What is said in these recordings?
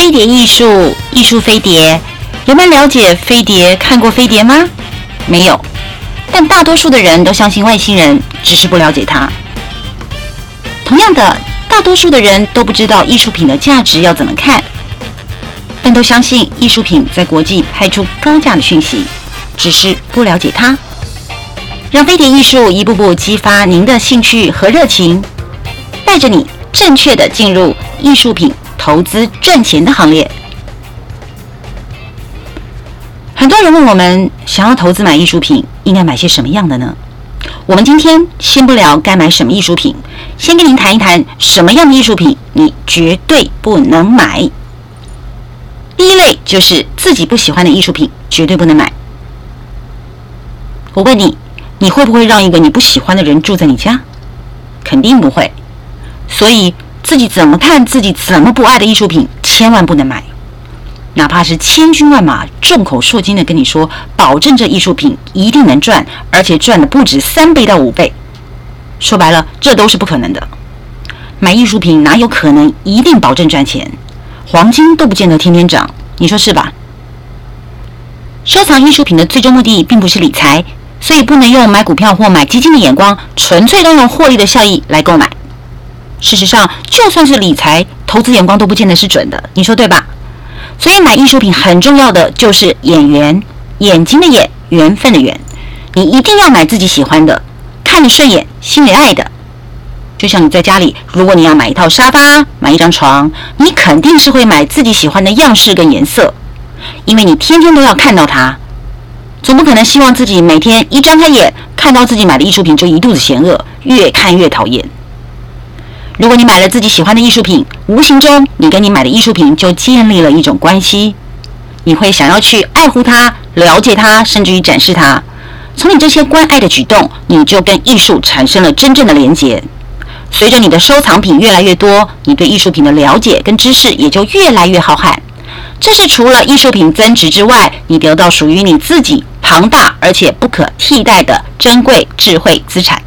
飞碟艺术，艺术飞碟，有没有了解飞碟？看过飞碟吗？没有，但大多数的人都相信外星人，只是不了解它。同样的，大多数的人都不知道艺术品的价值要怎么看，但都相信艺术品在国际派出高价的讯息，只是不了解它。让飞碟艺术一步步激发您的兴趣和热情，带着你正确的进入艺术品投资赚钱的行列。很多人问我们，想要投资买艺术品，应该买些什么样的呢？我们今天先不聊该买什么艺术品，先跟您谈一谈什么样的艺术品你绝对不能买。第一类就是自己不喜欢的艺术品，绝对不能买。我问你，你会不会让一个你不喜欢的人住在你家？肯定不会。所以自己怎么看自己怎么不爱的艺术品，千万不能买。哪怕是千军万马众口铄金的跟你说，保证这艺术品一定能赚，而且赚的不止3倍到5倍。说白了，这都是不可能的。买艺术品哪有可能一定保证赚钱？黄金都不见得天天涨，你说是吧？收藏艺术品的最终目的并不是理财，所以不能用买股票或买基金的眼光，纯粹都用获利的效益来购买。事实上，就算是理财，投资眼光都不见得是准的，你说对吧？所以买艺术品很重要的就是眼缘，眼睛的眼，缘分的缘。你一定要买自己喜欢的，看得顺眼，心里爱的。就像你在家里，如果你要买一套沙发，买一张床，你肯定是会买自己喜欢的样式跟颜色，因为你天天都要看到它。总不可能希望自己每天一睁开眼看到自己买的艺术品就一肚子嫌恶，越看越讨厌。如果你买了自己喜欢的艺术品，无形中你跟你买的艺术品就建立了一种关系，你会想要去爱护它，了解它，甚至于展示它。从你这些关爱的举动，你就跟艺术产生了真正的连结。随着你的收藏品越来越多，你对艺术品的了解跟知识也就越来越浩瀚。这是除了艺术品增值之外，你得到属于你自己庞大而且不可替代的珍贵智慧资产。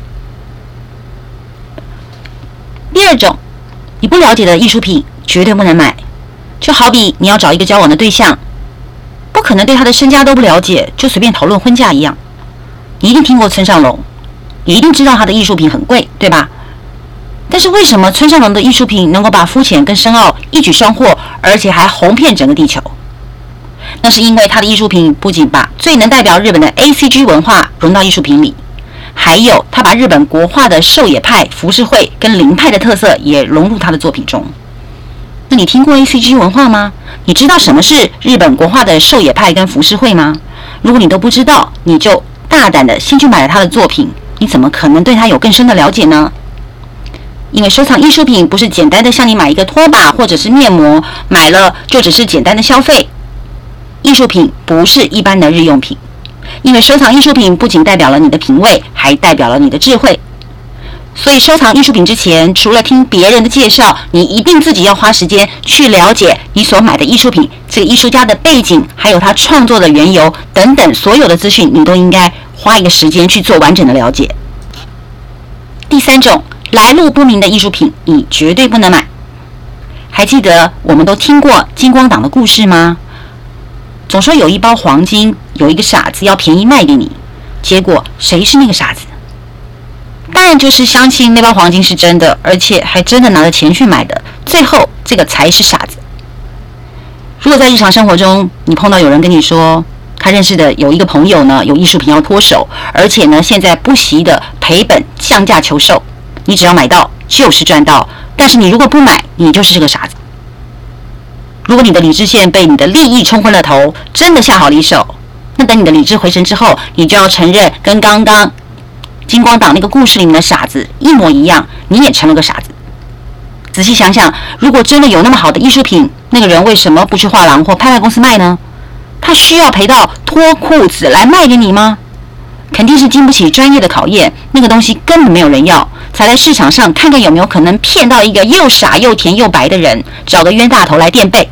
第二种，你不了解的艺术品绝对不能买。就好比你要找一个交往的对象，不可能对他的身家都不了解，就随便讨论婚嫁一样。你一定听过村上隆，也一定知道他的艺术品很贵，对吧？但是为什么村上隆的艺术品能够把肤浅跟深奥一举双获，而且还红遍整个地球？那是因为他的艺术品不仅把最能代表日本的 ACG 文化融到艺术品里，还有他把日本国画的狩野派、浮世绘跟灵派的特色也融入他的作品中。那你听过 ACG 文化吗？你知道什么是日本国画的狩野派跟浮世绘吗？如果你都不知道，你就大胆的先去买了他的作品，你怎么可能对他有更深的了解呢？因为收藏艺术品不是简单的像你买一个拖把或者是面膜，买了就只是简单的消费。艺术品不是一般的日用品，因为收藏艺术品不仅代表了你的品味，还代表了你的智慧。所以收藏艺术品之前，除了听别人的介绍，你一定自己要花时间去了解你所买的艺术品，这个艺术家的背景，还有他创作的缘由等等，所有的资讯你都应该花一个时间去做完整的了解。第三种，来路不明的艺术品你绝对不能买。还记得我们都听过金光党的故事吗？总说有一包黄金，有一个傻子要便宜卖给你，结果谁是那个傻子？当然就是相信那包黄金是真的，而且还真的拿着钱去买的，最后这个才是傻子。如果在日常生活中你碰到有人跟你说他认识的有一个朋友呢有艺术品要脱手，而且呢现在不惜的赔本降价求售，你只要买到就是赚到，但是你如果不买，你就是这个傻子。如果你的理智线被你的利益冲昏了头，真的下好离手，那等你的理智回神之后，你就要承认跟刚刚金光党那个故事里面的傻子一模一样，你也成了个傻子。仔细想想，如果真的有那么好的艺术品，那个人为什么不去画廊或拍卖公司卖呢？他需要赔到脱裤子来卖给你吗？肯定是经不起专业的考验，那个东西根本没有人要，才来市场上看看有没有可能骗到一个又傻又甜又白的人，找个冤大头来垫背。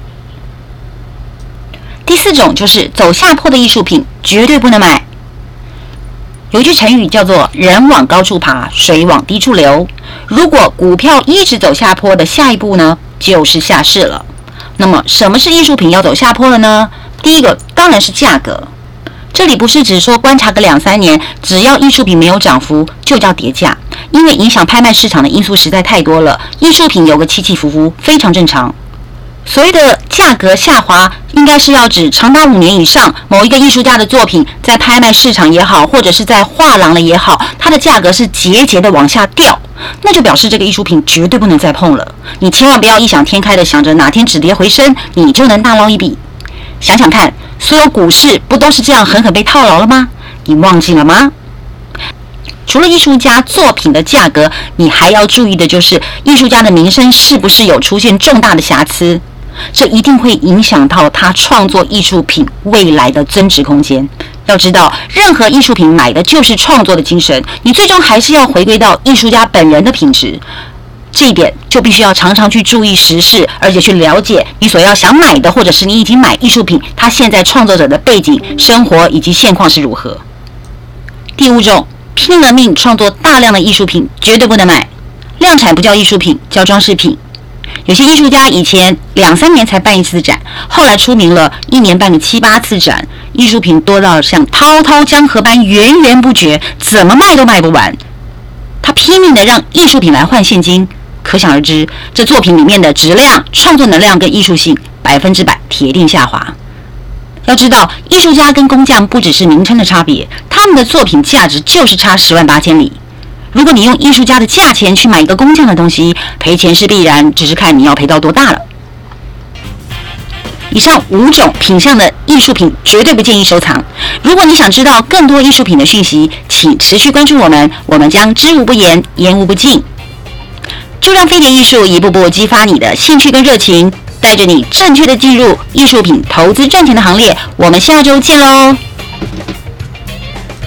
第四种就是走下坡的艺术品绝对不能买。有一句成语叫做人往高处爬，水往低处流。如果股票一直走下坡的下一步呢，就是下市了。 那么什么是艺术品要走下坡了呢？第一个当然是价格。这里不是指说观察个2-3年，只要艺术品没有涨幅就叫跌价，因为影响拍卖市场的因素实在太多了，艺术品有个起起伏伏非常正常。所谓的价格下滑，应该是要指长达5年以上，某一个艺术家的作品在拍卖市场也好，或者是在画廊了也好，它的价格是节节的往下掉，那就表示这个艺术品绝对不能再碰了。你千万不要异想天开的想着哪天止跌回升，你就能大捞一笔。想想看，所有股市不都是这样狠狠被套牢了吗？你忘记了吗？除了艺术家作品的价格，你还要注意的就是艺术家的名声是不是有出现重大的瑕疵，这一定会影响到他创作艺术品未来的增值空间。要知道，任何艺术品买的就是创作的精神，你最终还是要回归到艺术家本人的品质。这一点就必须要常常去注意时事，而且去了解你所要想买的，或者是你已经买艺术品，它现在创作者的背景、生活以及现况是如何。第5种，拼了命创作大量的艺术品绝对不能买，量产不叫艺术品，叫装饰品。有些艺术家以前2-3年才办一次展，后来出名了，1年办个7-8次展，艺术品多到像滔滔江河般源源不绝，怎么卖都卖不完。他拼命的让艺术品来换现金，可想而知，这作品里面的质量、创作能量跟艺术性100%铁定下滑。要知道，艺术家跟工匠不只是名称的差别，他们的作品价值就是差10万8千里。如果你用艺术家的价钱去买一个工匠的东西，赔钱是必然，只是看你要赔到多大了。以上5种品项的艺术品绝对不建议收藏。如果你想知道更多艺术品的讯息，请持续关注我们，我们将知无不言，言无不尽。就让飞碟艺术一步步激发你的兴趣跟热情，带着你正确的进入艺术品投资赚钱的行列。我们下周见喽！